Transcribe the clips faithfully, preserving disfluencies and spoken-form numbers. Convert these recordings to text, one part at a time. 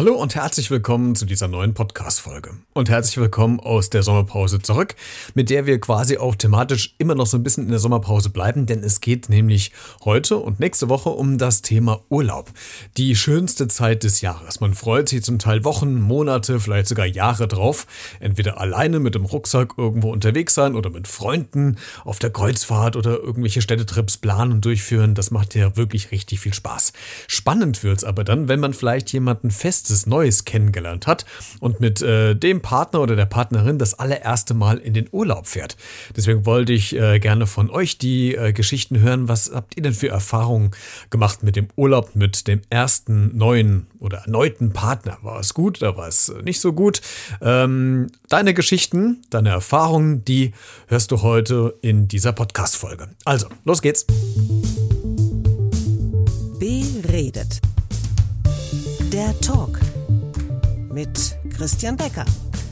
Hallo und herzlich willkommen zu dieser neuen Podcast-Folge. Und herzlich willkommen aus der Sommerpause zurück, mit der wir quasi auch thematisch immer noch so ein bisschen in der Sommerpause bleiben, denn es geht nämlich heute und nächste Woche um das Thema Urlaub. Die schönste Zeit des Jahres. Man freut sich zum Teil Wochen, Monate, vielleicht sogar Jahre drauf. Entweder alleine mit dem Rucksack irgendwo unterwegs sein oder mit Freunden auf der Kreuzfahrt oder irgendwelche Städtetrips planen und durchführen. Das macht ja wirklich richtig viel Spaß. Spannend wird's aber dann, wenn man vielleicht jemanden fest Neues kennengelernt hat und mit äh, dem Partner oder der Partnerin das allererste Mal in den Urlaub fährt. Deswegen wollte ich äh, gerne von euch die äh, Geschichten hören. Was habt ihr denn für Erfahrungen gemacht mit dem Urlaub, mit dem ersten neuen oder erneuten Partner? War es gut oder war es nicht so gut? Ähm, deine Geschichten, deine Erfahrungen, die hörst du heute in dieser Podcast-Folge. Also, los geht's. Beredet. Der Talk mit Christian Becker.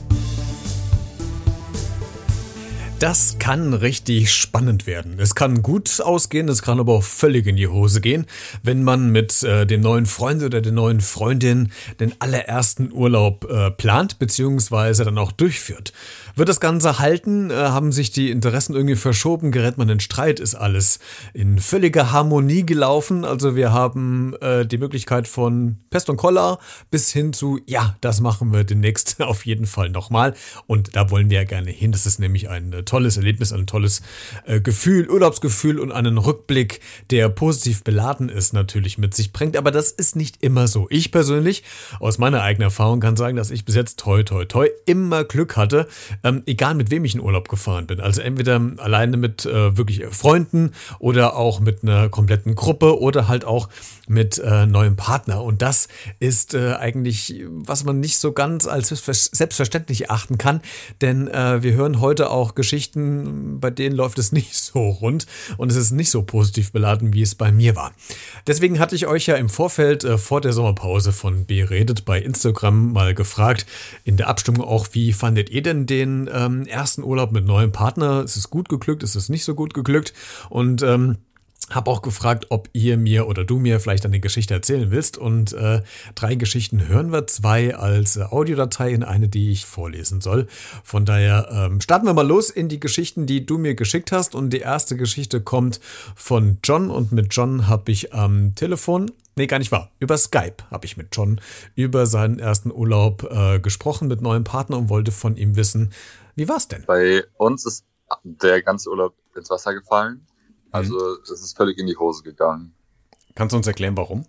Das kann richtig spannend werden. Es kann gut ausgehen, es kann aber auch völlig in die Hose gehen, wenn man mit äh, dem neuen Freund oder der neuen Freundin den allerersten Urlaub äh, plant bzw. dann auch durchführt. Wird das Ganze halten? Äh, haben sich die Interessen irgendwie verschoben? Gerät man in Streit? Ist alles in völliger Harmonie gelaufen? Also wir haben äh, die Möglichkeit von Pest und Cholera bis hin zu, ja, das machen wir demnächst auf jeden Fall nochmal. Und da wollen wir ja gerne hin. Das ist nämlich ein äh, tolles Erlebnis, ein tolles äh, Gefühl, Urlaubsgefühl und einen Rückblick, der positiv beladen ist, natürlich mit sich bringt. Aber das ist nicht immer so. Ich persönlich, aus meiner eigenen Erfahrung, kann sagen, dass ich bis jetzt toi toi toi immer Glück hatte, ähm, egal mit wem ich in Urlaub gefahren bin. Also entweder alleine mit äh, wirklich Freunden oder auch mit einer kompletten Gruppe oder halt auch mit äh, neuem Partner. Und das ist äh, eigentlich, was man nicht so ganz als selbstverständlich erachten kann, denn äh, wir hören heute auch Geschichten, bei denen läuft es nicht so rund und es ist nicht so positiv beladen, wie es bei mir war. Deswegen hatte ich euch ja im Vorfeld äh, vor der Sommerpause von Beredet bei Instagram mal gefragt, in der Abstimmung auch, wie fandet ihr denn den ähm, ersten Urlaub mit neuem Partner? Ist es gut geglückt? Ist es nicht so gut geglückt? Und ähm, habe auch gefragt, ob ihr mir oder du mir vielleicht eine Geschichte erzählen willst. Und äh, drei Geschichten hören wir, zwei als äh, Audiodatei und eine, die ich vorlesen soll. Von daher ähm, starten wir mal los in die Geschichten, die du mir geschickt hast. Und die erste Geschichte kommt von John. Und mit John habe ich am Telefon, nee, gar nicht wahr, über Skype habe ich mit John über seinen ersten Urlaub äh, gesprochen mit neuem Partner und wollte von ihm wissen, wie war's denn? Bei uns ist der ganze Urlaub ins Wasser gefallen. Also es ist völlig in die Hose gegangen. Kannst du uns erklären, warum?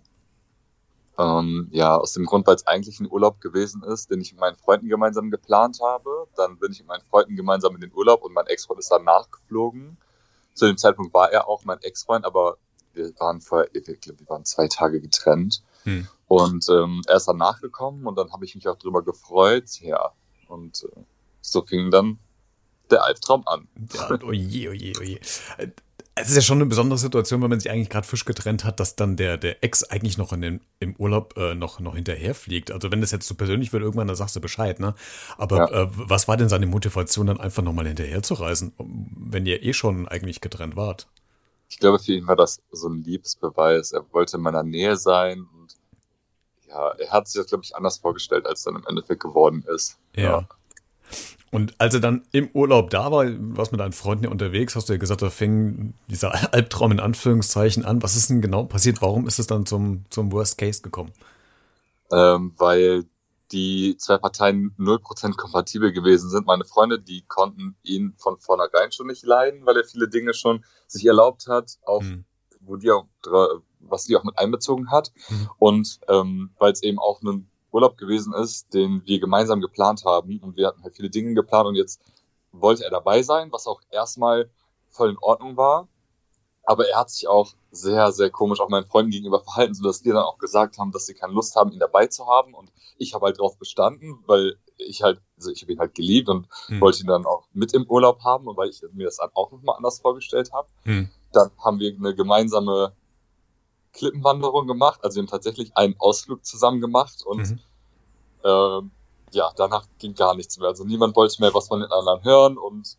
Ähm, ja, aus dem Grund, weil es eigentlich ein Urlaub gewesen ist, den ich mit meinen Freunden gemeinsam geplant habe. Dann bin ich mit meinen Freunden gemeinsam in den Urlaub und mein Ex-Freund ist dann nachgeflogen. Zu dem Zeitpunkt war er auch mein Ex-Freund, aber wir waren vorher, ich glaube, wir waren zwei Tage getrennt. Hm. Und ähm, er ist dann nachgekommen und dann habe ich mich auch drüber gefreut. Ja, und äh, so fing dann der Albtraum an. Ja, oje, oje, oje. Es ist ja schon eine besondere Situation, wenn man sich eigentlich gerade frisch getrennt hat, dass dann der, der Ex eigentlich noch in den, im Urlaub äh, noch, noch hinterherfliegt. Also wenn das jetzt so persönlich wird, irgendwann, dann sagst du Bescheid, ne? Aber ja. äh, was war denn seine Motivation, dann einfach nochmal hinterher zu reisen, wenn ihr eh schon eigentlich getrennt wart? Ich glaube, für ihn war das so ein Liebesbeweis. Er wollte in meiner Nähe sein und ja, er hat sich das, glaube ich, anders vorgestellt, als dann im Endeffekt geworden ist. Ja. ja. Und als er dann im Urlaub da war, warst mit deinen Freunden unterwegs, hast du ja gesagt, da fing dieser Albtraum in Anführungszeichen an. Was ist denn genau passiert? Warum ist es dann zum, zum Worst Case gekommen? Ähm, weil die zwei Parteien null Prozent kompatibel gewesen sind. Meine Freunde, die konnten ihn von vornherein schon nicht leiden, weil er viele Dinge schon sich erlaubt hat, auch hm. wo die auch, was die auch mit einbezogen hat. Hm. Und ähm, weil es eben auch ein Urlaub gewesen ist, den wir gemeinsam geplant haben und wir hatten halt viele Dinge geplant und jetzt wollte er dabei sein, was auch erstmal voll in Ordnung war, aber er hat sich auch sehr, sehr komisch auch meinen Freunden gegenüber verhalten, sodass wir dann auch gesagt haben, dass sie keine Lust haben, ihn dabei zu haben und ich habe halt drauf bestanden, weil ich halt, also ich habe ihn halt geliebt und hm. wollte ihn dann auch mit im Urlaub haben und weil ich mir das dann auch nochmal anders vorgestellt habe. Hm. Dann haben wir eine gemeinsame Klippenwanderung gemacht, also wir haben tatsächlich einen Ausflug zusammen gemacht und mhm. ähm, ja, danach ging gar nichts mehr. Also niemand wollte mehr was von den anderen hören und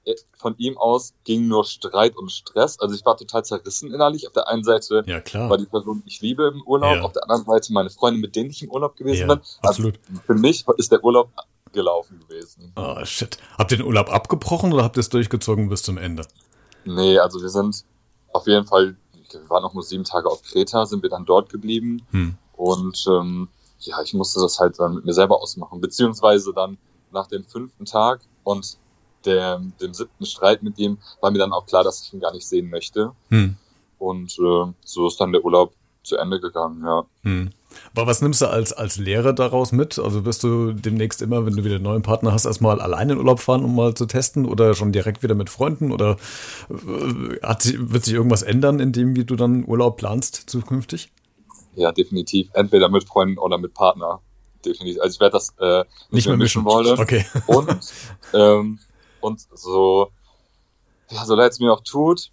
von ihm aus ging nur Streit und Stress. Also ich war total zerrissen innerlich. Auf der einen Seite ja, klar. war die Person, die ich liebe, im Urlaub. Ja. Auf der anderen Seite meine Freunde, mit denen ich im Urlaub gewesen ja, bin. Absolut. Also für mich ist der Urlaub gelaufen gewesen. Oh, shit. Habt ihr den Urlaub abgebrochen oder habt ihr es durchgezogen bis zum Ende? Nee, also wir sind auf jeden Fall, wir waren noch nur sieben Tage auf Kreta, sind wir dann dort geblieben. Hm. Und ähm, ja, ich musste das halt dann mit mir selber ausmachen. Beziehungsweise dann nach dem fünften Tag und der, dem siebten Streit mit ihm war mir dann auch klar, dass ich ihn gar nicht sehen möchte. Hm. Und äh, so ist dann der Urlaub zu Ende gegangen, ja. Hm. Aber was nimmst du als, als Lehre daraus mit? Also wirst du demnächst immer, wenn du wieder einen neuen Partner hast, erstmal alleine in Urlaub fahren, um mal zu testen oder schon direkt wieder mit Freunden? Oder äh, hat, wird sich irgendwas ändern, in dem, wie du dann Urlaub planst zukünftig? Ja, definitiv. Entweder mit Freunden oder mit Partner. Definitiv. Also ich werde das äh, nicht, nicht mehr mischen wollen. Okay. Und, ähm, und so, ja, so leid es mir auch tut,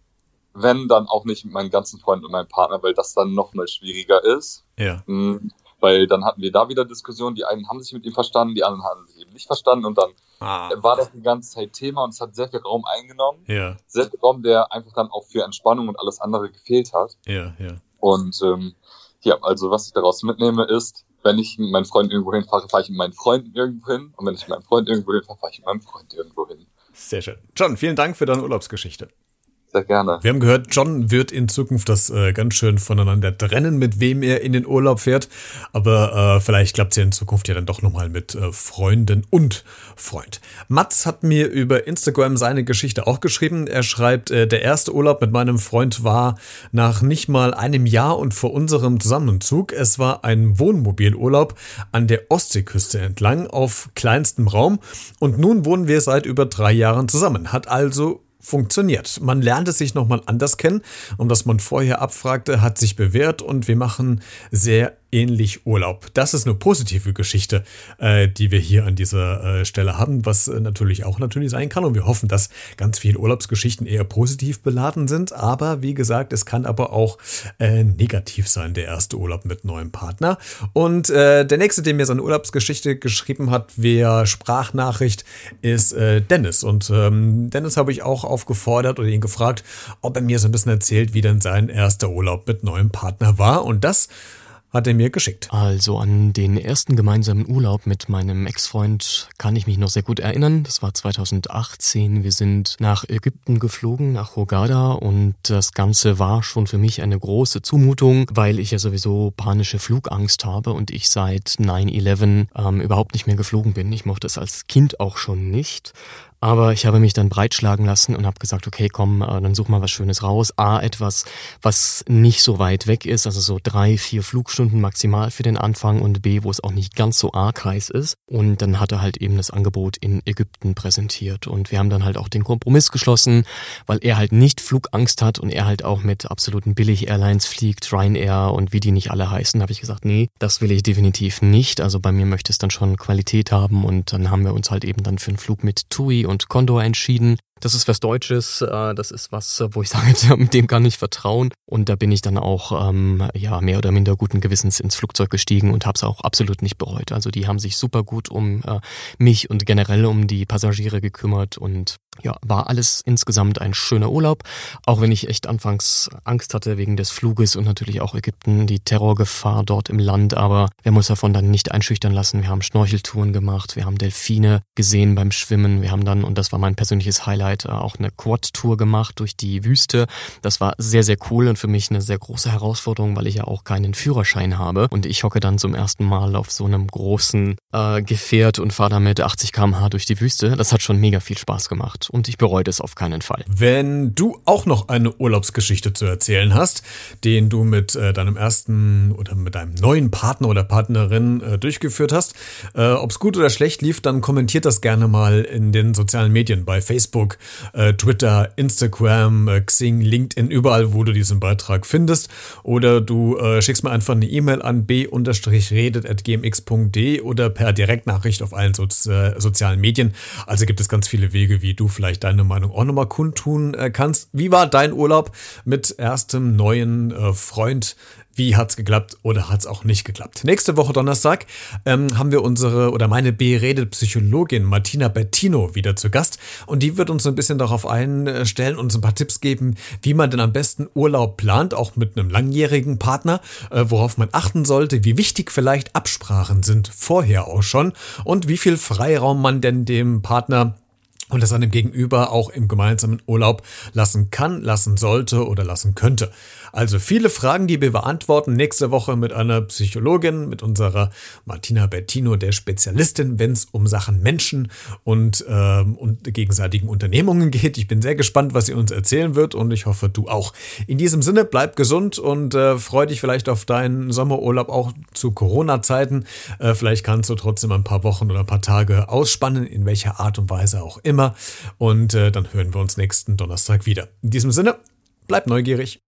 wenn dann auch nicht mit meinen ganzen Freunden und meinem Partner, weil das dann noch mal schwieriger ist. Ja. Mhm, weil dann hatten wir da wieder Diskussionen, die einen haben sich mit ihm verstanden, die anderen haben sich eben nicht verstanden und dann ah. war das die ganze Zeit Thema und es hat sehr viel Raum eingenommen. Ja. Sehr viel Raum, der einfach dann auch für Entspannung und alles andere gefehlt hat. Ja, ja. Und ähm, ja, also was ich daraus mitnehme ist, wenn ich mit meinen Freunden irgendwo hinfahre, fahre ich mit meinen Freunden irgendwo hin und wenn ich mit meinem Freund irgendwo hinfahre, fahre ich mit meinem Freund irgendwo hin. Sehr schön. John, vielen Dank für deine Urlaubsgeschichte. Sehr gerne. Wir haben gehört, John wird in Zukunft das äh, ganz schön voneinander trennen, mit wem er in den Urlaub fährt. Aber äh, vielleicht klappt es ja in Zukunft ja dann doch nochmal mit äh, Freunden und Freund. Mats hat mir über Instagram seine Geschichte auch geschrieben. Er schreibt, äh, der erste Urlaub mit meinem Freund war nach nicht mal einem Jahr und vor unserem Zusammenzug. Es war ein Wohnmobilurlaub an der Ostseeküste entlang auf kleinstem Raum. Und nun wohnen wir seit über drei Jahren zusammen. Hat also funktioniert. Man lernte sich nochmal anders kennen und was man vorher abfragte, hat sich bewährt und wir machen sehr ähnlich Urlaub. Das ist eine positive Geschichte, äh, die wir hier an dieser äh, Stelle haben, was äh, natürlich auch natürlich sein kann und wir hoffen, dass ganz viele Urlaubsgeschichten eher positiv beladen sind, aber wie gesagt, es kann aber auch äh, negativ sein, der erste Urlaub mit neuem Partner. Und äh, der nächste, der mir seine Urlaubsgeschichte geschrieben hat, via Sprachnachricht, ist äh, Dennis und ähm, Dennis habe ich auch aufgefordert oder ihn gefragt, ob er mir so ein bisschen erzählt, wie denn sein erster Urlaub mit neuem Partner war und das hat er mir geschickt. Also an den ersten gemeinsamen Urlaub mit meinem Ex-Freund kann ich mich noch sehr gut erinnern. Das war zweitausendachtzehn. Wir sind nach Ägypten geflogen, nach Hurghada und das Ganze war schon für mich eine große Zumutung, weil ich ja sowieso panische Flugangst habe und ich seit neun elf ähm, überhaupt nicht mehr geflogen bin. Ich mochte es als Kind auch schon nicht. Aber ich habe mich dann breitschlagen lassen und habe gesagt, okay, komm, dann such mal was Schönes raus. A, etwas, was nicht so weit weg ist, also so drei, vier Flugstunden maximal für den Anfang und B, wo es auch nicht ganz so arg heiß ist. Und dann hat er halt eben das Angebot in Ägypten präsentiert. Und wir haben dann halt auch den Kompromiss geschlossen, weil er halt nicht Flugangst hat und er halt auch mit absoluten Billig-Airlines fliegt, Ryanair und wie die nicht alle heißen, habe ich gesagt, nee, das will ich definitiv nicht. Also bei mir möchte es dann schon Qualität haben und dann haben wir uns halt eben dann für einen Flug mit TUI und und Condor entschieden. Das ist was Deutsches, das ist was, wo ich sage, mit dem kann ich vertrauen. Und da bin ich dann auch ähm, ja mehr oder minder guten Gewissens ins Flugzeug gestiegen und habe es auch absolut nicht bereut. Also die haben sich super gut um äh, mich und generell um die Passagiere gekümmert und ja, war alles insgesamt ein schöner Urlaub, auch wenn ich echt anfangs Angst hatte wegen des Fluges und natürlich auch Ägypten, die Terrorgefahr dort im Land, aber wir haben uns davon dann nicht einschüchtern lassen. Wir haben Schnorcheltouren gemacht, wir haben Delfine gesehen beim Schwimmen, wir haben dann, und das war mein persönliches Highlight, auch eine Quad-Tour gemacht durch die Wüste. Das war sehr, sehr cool und für mich eine sehr große Herausforderung, weil ich ja auch keinen Führerschein habe und ich hocke dann zum ersten Mal auf so einem großen äh, Gefährt und fahre damit achtzig Kilometer pro Stunde durch die Wüste. Das hat schon mega viel Spaß gemacht. Und ich bereue das auf keinen Fall. Wenn du auch noch eine Urlaubsgeschichte zu erzählen hast, den du mit äh, deinem ersten oder mit deinem neuen Partner oder Partnerin äh, durchgeführt hast, äh, ob es gut oder schlecht lief, dann kommentiert das gerne mal in den sozialen Medien, bei Facebook, äh, Twitter, Instagram, äh, Xing, LinkedIn, überall, wo du diesen Beitrag findest. Oder du äh, schickst mir einfach eine E-Mail an b redet at g m x punkt d e oder per Direktnachricht auf allen Sozi- äh, sozialen Medien. Also gibt es ganz viele Wege, wie du vielleicht deine Meinung auch nochmal kundtun kannst. Wie war dein Urlaub mit erstem neuen äh, Freund wie hat's geklappt oder hat's auch nicht geklappt. Nächste Woche Donnerstag ähm, haben wir unsere oder meine B-Redet-Psychologin Martina Bettino wieder zu Gast und die wird uns so ein bisschen darauf einstellen, uns ein paar Tipps geben, wie man denn am besten Urlaub plant, auch mit einem langjährigen Partner, äh, worauf man achten sollte, wie wichtig vielleicht Absprachen sind vorher auch schon und wie viel Freiraum man denn dem Partner und das seinem Gegenüber auch im gemeinsamen Urlaub lassen kann, lassen sollte oder lassen könnte. Also viele Fragen, die wir beantworten nächste Woche mit einer Psychologin, mit unserer Martina Bettino, der Spezialistin, wenn es um Sachen Menschen und, ähm, und gegenseitigen Unternehmungen geht. Ich bin sehr gespannt, was sie uns erzählen wird und ich hoffe, du auch. In diesem Sinne, bleib gesund und äh, freu dich vielleicht auf deinen Sommerurlaub auch zu Corona-Zeiten. Äh, vielleicht kannst du trotzdem ein paar Wochen oder ein paar Tage ausspannen, in welcher Art und Weise auch immer. Und äh, dann hören wir uns nächsten Donnerstag wieder. In diesem Sinne, bleib neugierig.